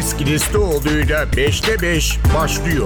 Deniz Kilislioğlu'yla 5'te 5 başlıyor.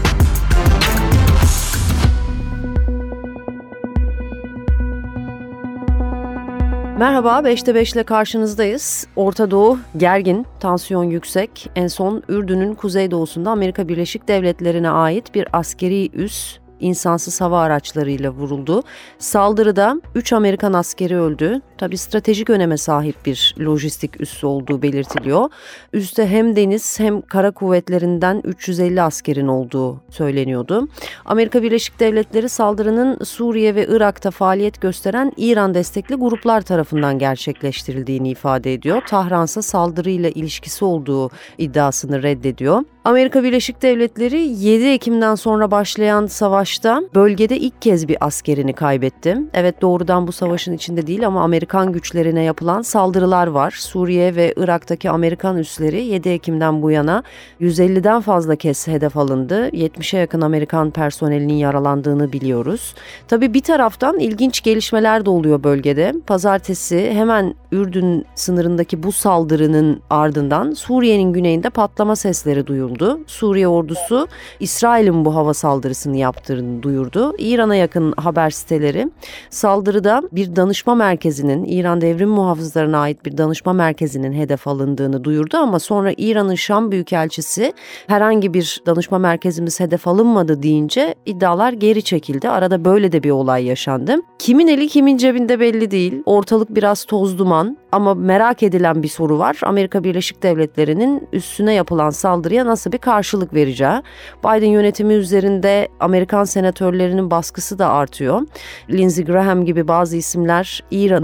Merhaba, 5'te 5 ile karşınızdayız. Orta Doğu gergin, tansiyon yüksek. En son Ürdün'ün kuzeydoğusunda Amerika Birleşik Devletleri'ne ait bir askeri üs insansız hava araçlarıyla vuruldu. Saldırıda 3 Amerikan askeri öldü. Tabii stratejik öneme sahip bir lojistik üssü olduğu belirtiliyor. Üste hem deniz hem kara kuvvetlerinden 350 askerin olduğu söyleniyordu. Amerika Birleşik Devletleri saldırının Suriye ve Irak'ta faaliyet gösteren İran destekli gruplar tarafından gerçekleştirildiğini ifade ediyor. Tahran'sa saldırıyla ilişkisi olduğu iddiasını reddediyor. Amerika Birleşik Devletleri 7 Ekim'den sonra başlayan savaşta bölgede ilk kez bir askerini kaybetti. Evet, doğrudan bu savaşın içinde değil ama Amerikan güçlerine yapılan saldırılar var. Suriye ve Irak'taki Amerikan üsleri 7 Ekim'den bu yana 150'den fazla kez hedef alındı. 70'e yakın Amerikan personelinin yaralandığını biliyoruz. Tabii bir taraftan ilginç gelişmeler de oluyor bölgede. Pazartesi hemen Ürdün sınırındaki bu saldırının ardından Suriye'nin güneyinde patlama sesleri duyuldu. Suriye ordusu İsrail'in bu hava saldırısını yaptığını duyurdu. İran'a yakın haber siteleri saldırıda bir danışma merkezinin, İran Devrim Muhafızlarına ait bir danışma merkezinin hedef alındığını duyurdu ama sonra İran'ın Şam Büyükelçisi herhangi bir danışma merkezimiz hedef alınmadı deyince iddialar geri çekildi. Arada böyle de bir olay yaşandı. Kimin eli kimin cebinde belli değil. Ortalık biraz toz duman ama merak edilen bir soru var. Amerika Birleşik Devletleri'nin üssüne yapılan saldırıya nasıl bir karşılık vereceği. Biden yönetimi üzerinde Amerikan senatörlerinin baskısı da artıyor. Lindsey Graham gibi bazı isimler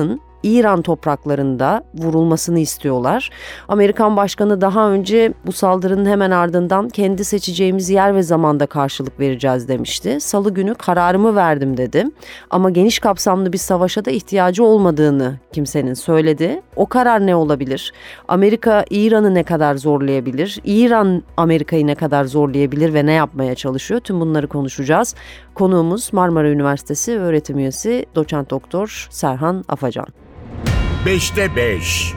İran topraklarında vurulmasını istiyorlar. Amerikan Başkanı daha önce bu saldırının hemen ardından kendi seçeceğimiz yer ve zamanda karşılık vereceğiz demişti. Salı günü kararımı verdim dedi. Ama geniş kapsamlı bir savaşa da ihtiyacı olmadığını kimsenin söyledi. O karar ne olabilir? Amerika İran'ı ne kadar zorlayabilir? İran Amerika'yı ne kadar zorlayabilir ve ne yapmaya çalışıyor? Tüm bunları konuşacağız. Konuğumuz Marmara Üniversitesi öğretim üyesi Doçent Doktor Serhan Afacan. 5'te 5.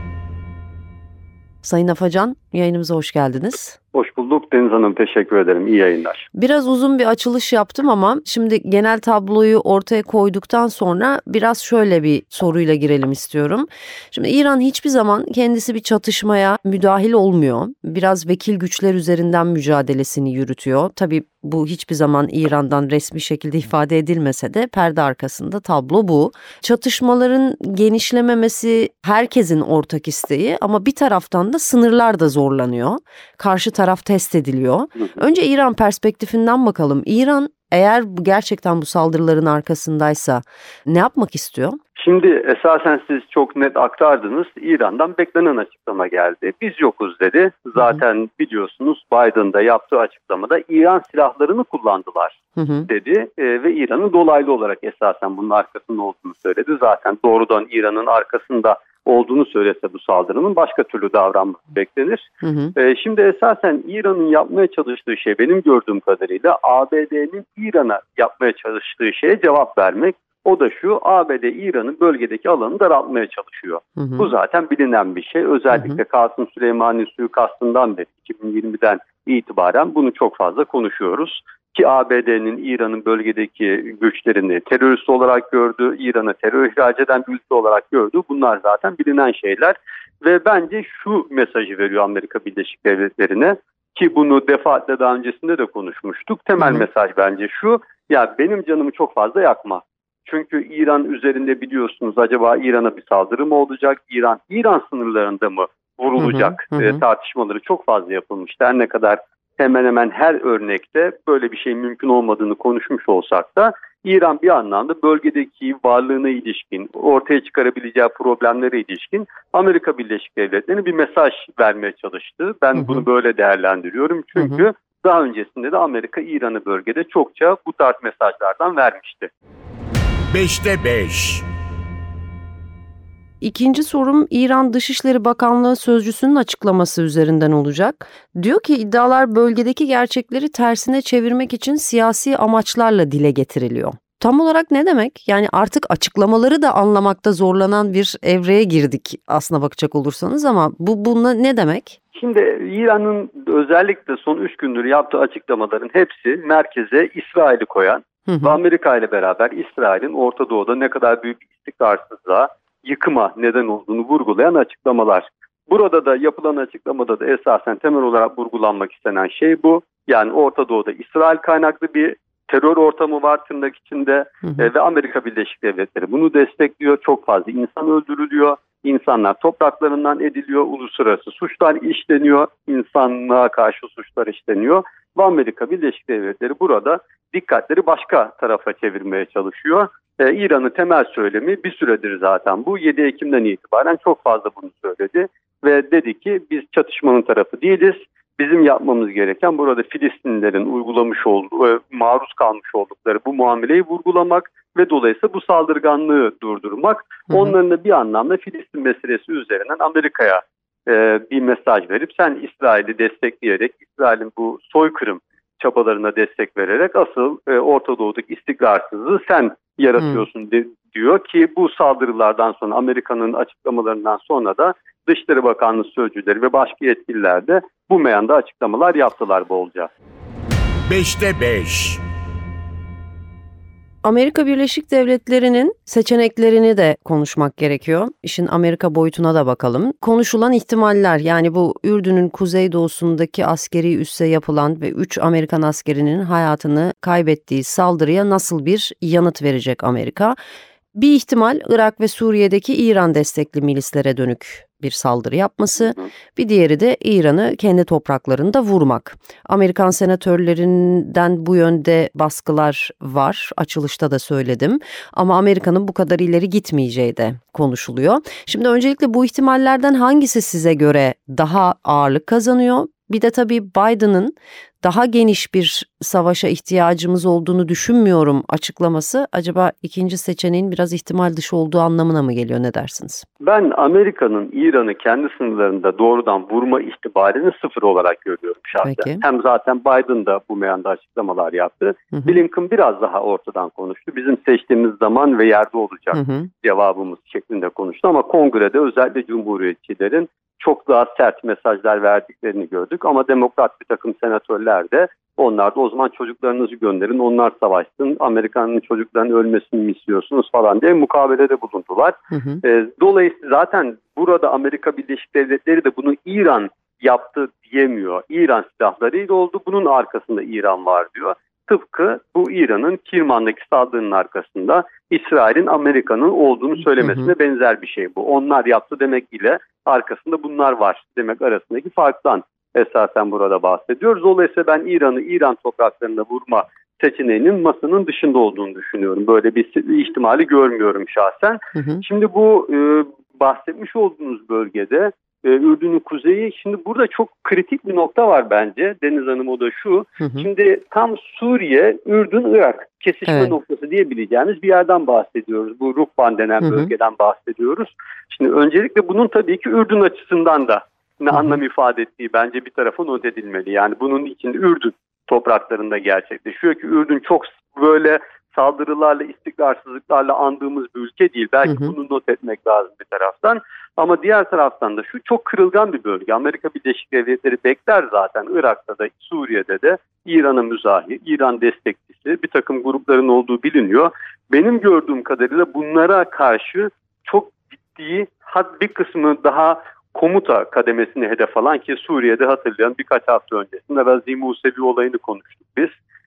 Sayın Afacan, yayınımıza hoş geldiniz. Hoş bulduk Deniz Hanım, teşekkür ederim. İyi yayınlar. Biraz uzun bir açılış yaptım ama şimdi genel tabloyu ortaya koyduktan sonra biraz şöyle bir soruyla girelim istiyorum. Şimdi İran hiçbir zaman kendisi bir çatışmaya müdahil olmuyor. Biraz vekil güçler üzerinden mücadelesini yürütüyor. Tabii bu hiçbir zaman İran'dan resmi şekilde ifade edilmese de perde arkasında tablo bu. Çatışmaların genişlememesi herkesin ortak isteği ama bir taraftan da sınırlar da zorlanıyor. Karşı taraf test ediliyor. Önce İran perspektifinden bakalım. İran eğer gerçekten bu saldırıların arkasındaysa ne yapmak istiyor? Şimdi esasen siz çok net aktardınız. İran'dan beklenen açıklama geldi. Biz yokuz dedi. Zaten biliyorsunuz Biden da yaptığı açıklamada İran silahlarını kullandılar dedi. Ve İran'ın dolaylı olarak esasen bunun arkasında olduğunu söyledi. Zaten doğrudan İran'ın arkasında olduğunu söylese bu saldırının başka türlü davranması beklenir. Şimdi esasen İran'ın yapmaya çalıştığı şey benim gördüğüm kadarıyla ABD'nin İran'a yapmaya çalıştığı şeye cevap vermek. O da şu: ABD İran'ın bölgedeki alanını daraltmaya çalışıyor. Bu zaten bilinen bir şey. Özellikle Kasım Süleyman'ın suikastından beri 2020'den itibaren bunu çok fazla konuşuyoruz. Ki ABD'nin İran'ın bölgedeki güçlerini terörist olarak gördü, İran'a terör ihraç eden bir ülke olarak gördü. Bunlar zaten bilinen şeyler ve bence şu mesajı veriyor Amerika Birleşik Devletleri'ne, ki bunu defaatle daha öncesinde de konuşmuştuk. Temel mesaj bence şu: ya benim canımı çok fazla yakma. Çünkü İran üzerinde biliyorsunuz, acaba İran'a bir saldırı mı olacak? İran sınırlarında mı vurulacak? Tartışmaları çok fazla yapılmıştı. Her ne kadar hemen hemen her örnekte böyle bir şeyin mümkün olmadığını konuşmuş olsak da İran bir anlamda bölgedeki varlığına ilişkin, ortaya çıkarabileceği problemlere ilişkin Amerika Birleşik Devletleri'ne bir mesaj vermeye çalıştı. Ben bunu böyle değerlendiriyorum. Çünkü daha öncesinde de Amerika İran'ı bölgede çokça bu tarz mesajlardan vermişti. 5'te 5. İkinci sorum İran Dışişleri Bakanlığı sözcüsünün açıklaması üzerinden olacak. Diyor ki iddialar bölgedeki gerçekleri tersine çevirmek için siyasi amaçlarla dile getiriliyor. Tam olarak ne demek? Yani artık açıklamaları da anlamakta zorlanan bir evreye girdik aslına bakacak olursanız ama bu ne demek? Şimdi İran'ın özellikle son 3 gündür yaptığı açıklamaların hepsi merkeze İsrail'i koyan ve Amerika ile beraber İsrail'in Orta Doğu'da ne kadar büyük bir istikrarsızlığa, yıkıma neden olduğunu vurgulayan açıklamalar. Burada da yapılan açıklamada da esasen temel olarak vurgulanmak istenen şey bu. Yani Orta Doğu'da İsrail kaynaklı bir terör ortamı var tırnak içinde ve Amerika Birleşik Devletleri bunu destekliyor. Çok fazla insan öldürülüyor. İnsanlar topraklarından ediliyor. Uluslararası suçlar işleniyor. İnsanlığa karşı suçlar işleniyor. Ve Amerika Birleşik Devletleri burada dikkatleri başka tarafa çevirmeye çalışıyor. İran'ın temel söylemi bir süredir zaten bu. 7 Ekim'den itibaren çok fazla bunu söyledi. Ve dedi ki biz çatışmanın tarafı değiliz. Bizim yapmamız gereken burada Filistinlilerin uygulamış olduğu, maruz kalmış oldukları bu muameleyi vurgulamak ve dolayısıyla bu saldırganlığı durdurmak. Onların da bir anlamda Filistin meselesi üzerinden Amerika'ya bir mesaj verip sen İsrail'i destekleyerek, İsrail'in bu soykırım çabalarına destek vererek asıl Orta Doğu'daki istikrarsızlığı sen yaratıyorsun diyor ki bu saldırılardan sonra Amerika'nın açıklamalarından sonra da Dışişleri Bakanlığı sözcüleri ve başka yetkililer de bu meyanda açıklamalar yaptılar bolca. 5'te 5. Amerika Birleşik Devletleri'nin seçeneklerini de konuşmak gerekiyor. İşin Amerika boyutuna da bakalım. Konuşulan ihtimaller, yani bu Ürdün'ün kuzeydoğusundaki askeri üsse yapılan ve 3 Amerikan askerinin hayatını kaybettiği saldırıya nasıl bir yanıt verecek Amerika? Bir ihtimal Irak ve Suriye'deki İran destekli milislere dönük bir saldırı yapması, bir diğeri de İran'ı kendi topraklarında vurmak. Amerikan senatörlerinden bu yönde baskılar var, açılışta da söyledim, ama Amerika'nın bu kadar ileri gitmeyeceği de konuşuluyor. Şimdi öncelikle bu ihtimallerden hangisi size göre daha ağırlık kazanıyor? Bir de tabii Biden'ın daha geniş bir savaşa ihtiyacımız olduğunu düşünmüyorum açıklaması acaba ikinci seçeneğin biraz ihtimal dışı olduğu anlamına mı geliyor, ne dersiniz? Ben Amerika'nın İran'ı kendi sınırlarında doğrudan vurma ihtimalini sıfır olarak görüyorum şahsen. Peki. Hem zaten Biden da bu meyanda açıklamalar yaptı. Blinken biraz daha ortadan konuştu. Bizim seçtiğimiz zaman ve yerde olacak cevabımız şeklinde konuştu ama kongrede özellikle Cumhuriyetçilerin çok daha sert mesajlar verdiklerini gördük ama demokrat bir takım senatörler de onlar da o zaman çocuklarınızı gönderin, onlar savaşsın, Amerika'nın çocuklarının ölmesini mi istiyorsunuz falan diye mukabelede bulundular. Dolayısıyla zaten burada Amerika Birleşik Devletleri de bunu İran yaptı diyemiyor. İran silahlarıyla oldu, bunun arkasında İran var diyor. Tıpkı bu İran'ın Kirman'daki saldırının arkasında İsrail'in Amerika'nın olduğunu söylemesine benzer bir şey bu. Onlar yaptı demek ile arkasında bunlar var demek arasındaki farktan esasen burada bahsediyoruz. Dolayısıyla ben İran'ı İran topraklarında vurma seçeneğinin masanın dışında olduğunu düşünüyorum. Böyle bir ihtimali görmüyorum şahsen. Şimdi bu bahsetmiş olduğunuz bölgede Ürdün'ün kuzeyi, şimdi burada çok kritik bir nokta var bence Deniz Hanım, o da şu. Şimdi tam Suriye, Ürdün, Irak kesişme noktası diyebileceğimiz bir yerden bahsediyoruz. Bu Rukban denen bölgeden bahsediyoruz. Şimdi öncelikle bunun tabii ki Ürdün açısından da ne anlam ifade ettiği bence bir tarafa not edilmeli. Yani bunun için Ürdün topraklarında gerçekleşiyor ki Ürdün çok böyle saldırılarla, istikrarsızlıklarla andığımız bir ülke değil. Belki bunu not etmek lazım bir taraftan. Ama diğer taraftan da şu, çok kırılgan bir bölge. Amerika Birleşik Devletleri bekler zaten Irak'ta da Suriye'de de İran'a müzahir, İran destekçisi bir takım grupların olduğu biliniyor. Benim gördüğüm kadarıyla bunlara karşı çok ciddi, bir kısmı daha komuta kademesini hedef alan, ki Suriye'de hatırlayan birkaç hafta öncesinde Razi Musevi olayını konuştuk biz.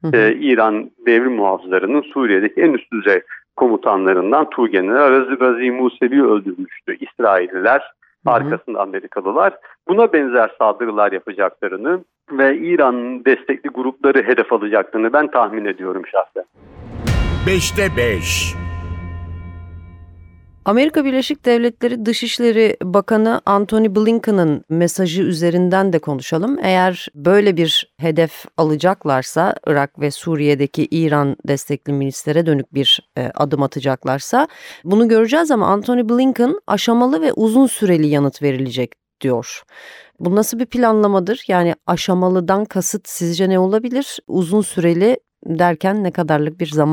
İran devrim muhafızlarının Suriye'deki en üst düzey komutanlarından Tuğgeneral Razi Musevi öldürmüştü İsrailliler, arkasında Amerikalılar. Buna benzer saldırılar yapacaklarını ve İran destekli grupları hedef alacaklarını ben tahmin ediyorum şahsen. 5'te 5. Amerika Birleşik Devletleri Dışişleri Bakanı Antony Blinken'ın mesajı üzerinden de konuşalım. Eğer böyle bir hedef alacaklarsa, Irak ve Suriye'deki İran destekli milislere dönük bir adım atacaklarsa bunu göreceğiz, ama Antony Blinken aşamalı ve uzun süreli yanıt verilecek diyor. Bu nasıl bir planlamadır? Yani aşamalıdan kasıt sizce ne olabilir? Uzun süreli derken ne kadarlık bir zaman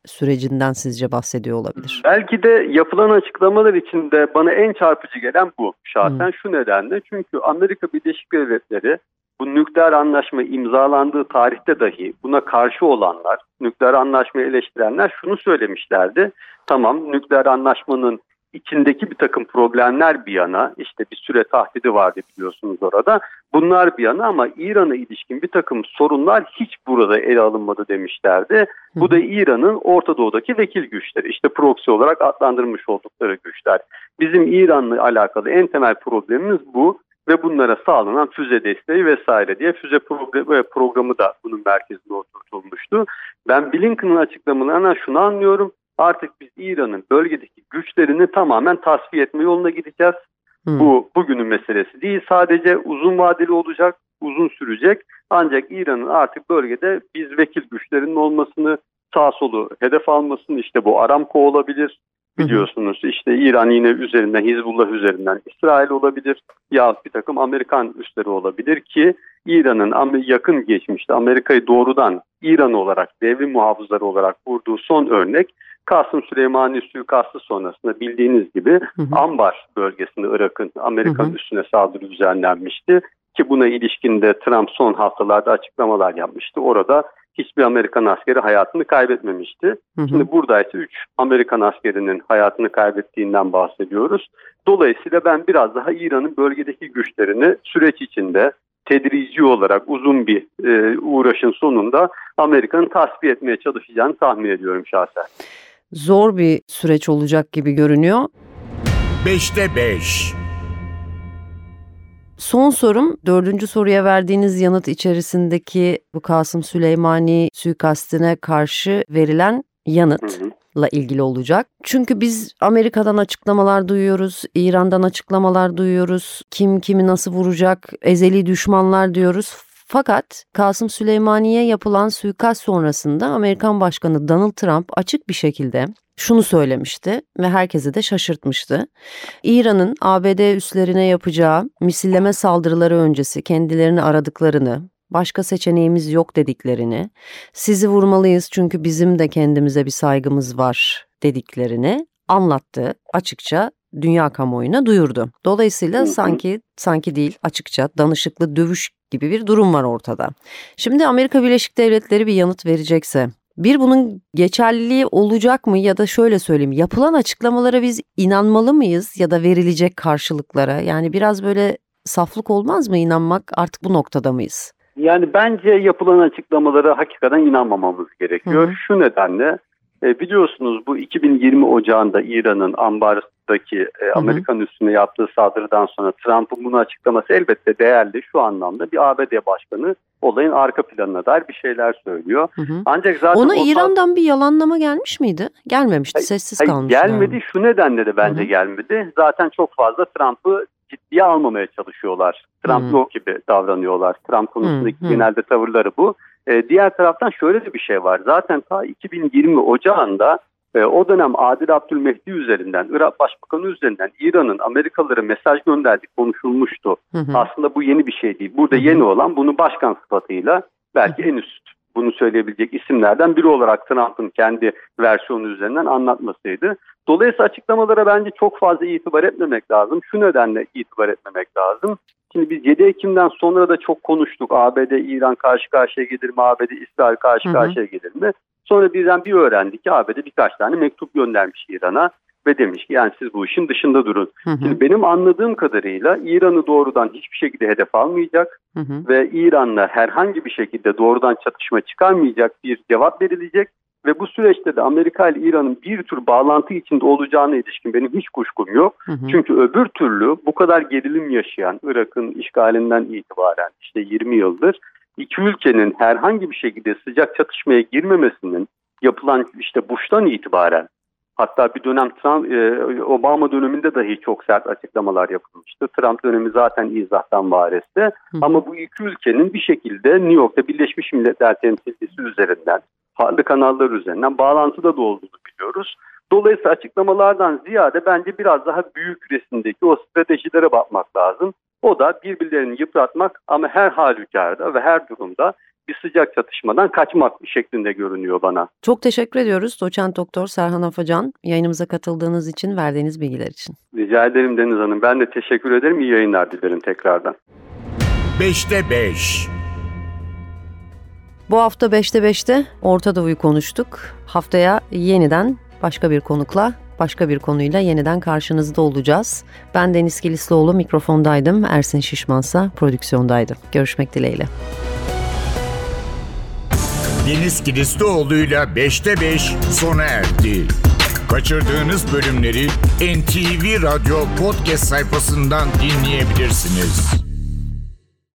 sürecinden sizce bahsediyor olabilir? Belki de yapılan açıklamalar içinde bana en çarpıcı gelen bu şahsen şu nedenle. Çünkü Amerika Birleşik Devletleri bu nükleer anlaşma imzalandığı tarihte dahi buna karşı olanlar, nükleer anlaşmayı eleştirenler şunu söylemişlerdi. Tamam, nükleer anlaşmanın içindeki bir takım problemler bir yana, işte bir süre tahdidi vardı biliyorsunuz orada. Bunlar bir yana ama İran'a ilişkin bir takım sorunlar hiç burada ele alınmadı demişlerdi. Bu da İran'ın Orta Doğu'daki vekil güçleri, işte proxy olarak adlandırmış oldukları güçler. Bizim İran'la alakalı en temel problemimiz bu ve bunlara sağlanan füze desteği vesaire diye füze programı da bunun merkezine oturtulmuştu. Ben Blinken'ın açıklamalarından şunu anlıyorum. Artık biz İran'ın bölgedeki güçlerini tamamen tasfiye etme yoluna gideceğiz. Bu bugünün meselesi değil. Sadece uzun vadeli olacak, uzun sürecek. Ancak İran'ın artık bölgede biz vekil güçlerinin olmasını, sağ solu hedef almasını, işte bu Aramco olabilir. Biliyorsunuz işte İran yine üzerinden, Hizbullah üzerinden İsrail olabilir. Yahut bir takım Amerikan üsleri olabilir ki İran'ın yakın geçmişte Amerika'yı doğrudan İran olarak, devrim muhafızları olarak vurduğu son örnek Kasım Süleymani suikastı sonrasında bildiğiniz gibi Ambar bölgesinde Irak'ın Amerikan üssüne saldırı düzenlenmişti. Ki buna ilişkin de Trump son haftalarda açıklamalar yapmıştı. Orada hiçbir Amerikan askeri hayatını kaybetmemişti. Şimdi burada ise 3 Amerikan askerinin hayatını kaybettiğinden bahsediyoruz. Dolayısıyla ben biraz daha İran'ın bölgedeki güçlerini süreç içinde tedrici olarak uzun bir uğraşın sonunda Amerika'nın tasfiye etmeye çalışacağını tahmin ediyorum şahsen. Zor bir süreç olacak gibi görünüyor. 5'te 5. Son sorum, 4. soruya verdiğiniz yanıt içerisindeki bu Kasım Süleymani suikastine karşı verilen yanıtla ilgili olacak. Çünkü biz Amerika'dan açıklamalar duyuyoruz, İran'dan açıklamalar duyuyoruz, kim kimi nasıl vuracak, ezeli düşmanlar diyoruz. Fakat Kasım Süleymani'ye yapılan suikast sonrasında Amerikan Başkanı Donald Trump açık bir şekilde şunu söylemişti ve herkesi de şaşırtmıştı. İran'ın ABD üslerine yapacağı misilleme saldırıları öncesi kendilerini aradıklarını, başka seçeneğimiz yok dediklerini, sizi vurmalıyız çünkü bizim de kendimize bir saygımız var dediklerini anlattı, açıkça dünya kamuoyuna duyurdu. Dolayısıyla sanki değil, açıkça danışıklı dövüş gibi bir durum var ortada. Şimdi Amerika Birleşik Devletleri bir yanıt verecekse, bunun geçerliliği olacak mı ya da şöyle söyleyeyim, yapılan açıklamalara biz inanmalı mıyız ya da verilecek karşılıklara? Yani biraz böyle saflık olmaz mı inanmak, artık bu noktada mıyız? Yani bence yapılan açıklamalara hakikaten inanmamamız gerekiyor. Şu nedenle biliyorsunuz bu 2020 Ocağı'nda İran'ın Ambar'daki Amerikan üssüne yaptığı saldırıdan sonra Trump'ın bunu açıklaması elbette değerli. Şu anlamda bir ABD başkanı olayın arka planına dair bir şeyler söylüyor. Ancak zaten ona İran'dan bir yalanlama gelmiş miydi? Gelmemişti, sessiz kalmıştı. Gelmedi. Şu nedenle de bence gelmedi. Zaten çok fazla Trump'ı ciddiye almamaya çalışıyorlar. Trump yok gibi davranıyorlar. Trump konusundaki genelde tavırları bu. Diğer taraftan şöyle de bir şey var. Zaten ta 2020 Ocağı'nda o dönem Adil Abdülmehdi üzerinden, Irak Başbakanı üzerinden İran'ın Amerikalılara mesaj gönderdiği konuşulmuştu. Aslında bu yeni bir şey değil. Burada yeni olan bunu başkan sıfatıyla belki en üst bunu söyleyebilecek isimlerden biri olarak Trump'ın kendi versiyonu üzerinden anlatmasıydı. Dolayısıyla açıklamalara bence çok fazla itibar etmemek lazım. Şu nedenle itibar etmemek lazım. Şimdi biz 7 Ekim'den sonra da çok konuştuk. ABD, İran karşı karşıya gelir mi? ABD, İsrail karşı karşıya gelir mi? Sonra birden bir öğrendik ki ABD birkaç tane mektup göndermiş İran'a ve demiş ki yani siz bu işin dışında durun. Şimdi benim anladığım kadarıyla İran'ı doğrudan hiçbir şekilde hedef almayacak ve İran'la herhangi bir şekilde doğrudan çatışma çıkarmayacak bir cevap verilecek. Ve bu süreçte de Amerika ile İran'ın bir tür bağlantı içinde olacağına ilişkin benim hiç kuşkum yok. Çünkü öbür türlü bu kadar gerilim yaşayan Irak'ın işgalinden itibaren işte 20 yıldır iki ülkenin herhangi bir şekilde sıcak çatışmaya girmemesinin yapılan işte Bush'tan itibaren, hatta bir dönem Obama döneminde dahi çok sert açıklamalar yapılmıştı. Trump dönemi zaten izahtan varesti. Ama bu iki ülkenin bir şekilde New York'ta Birleşmiş Milletler temsilcisi üzerinden, farklı kanallar üzerinden bağlantıda da olduğunu biliyoruz. Dolayısıyla açıklamalardan ziyade bence biraz daha büyük resimdeki o stratejilere bakmak lazım. O da birbirlerini yıpratmak ama her halükarda ve her durumda bir sıcak çatışmadan kaçmak şeklinde görünüyor bana. Çok teşekkür ediyoruz Doçent Doktor Serhan Afacan, yayınımıza katıldığınız için, verdiğiniz bilgiler için. Rica ederim Deniz Hanım. Ben de teşekkür ederim. İyi yayınlar dilerim tekrardan. 5'te 5. Bu hafta 5'te 5'te Orta Doğu'yu konuştuk. Haftaya yeniden başka bir konukla, başka bir konuyla yeniden karşınızda olacağız. Ben Deniz Kilislioğlu mikrofondaydım. Ersin Şişmansa prodüksiyondaydı. Görüşmek dileğiyle. Deniz Kilislioğlu'yla 5'te 5 sona erdi. Kaçırdığınız bölümleri NTV Radyo podcast sayfasından dinleyebilirsiniz.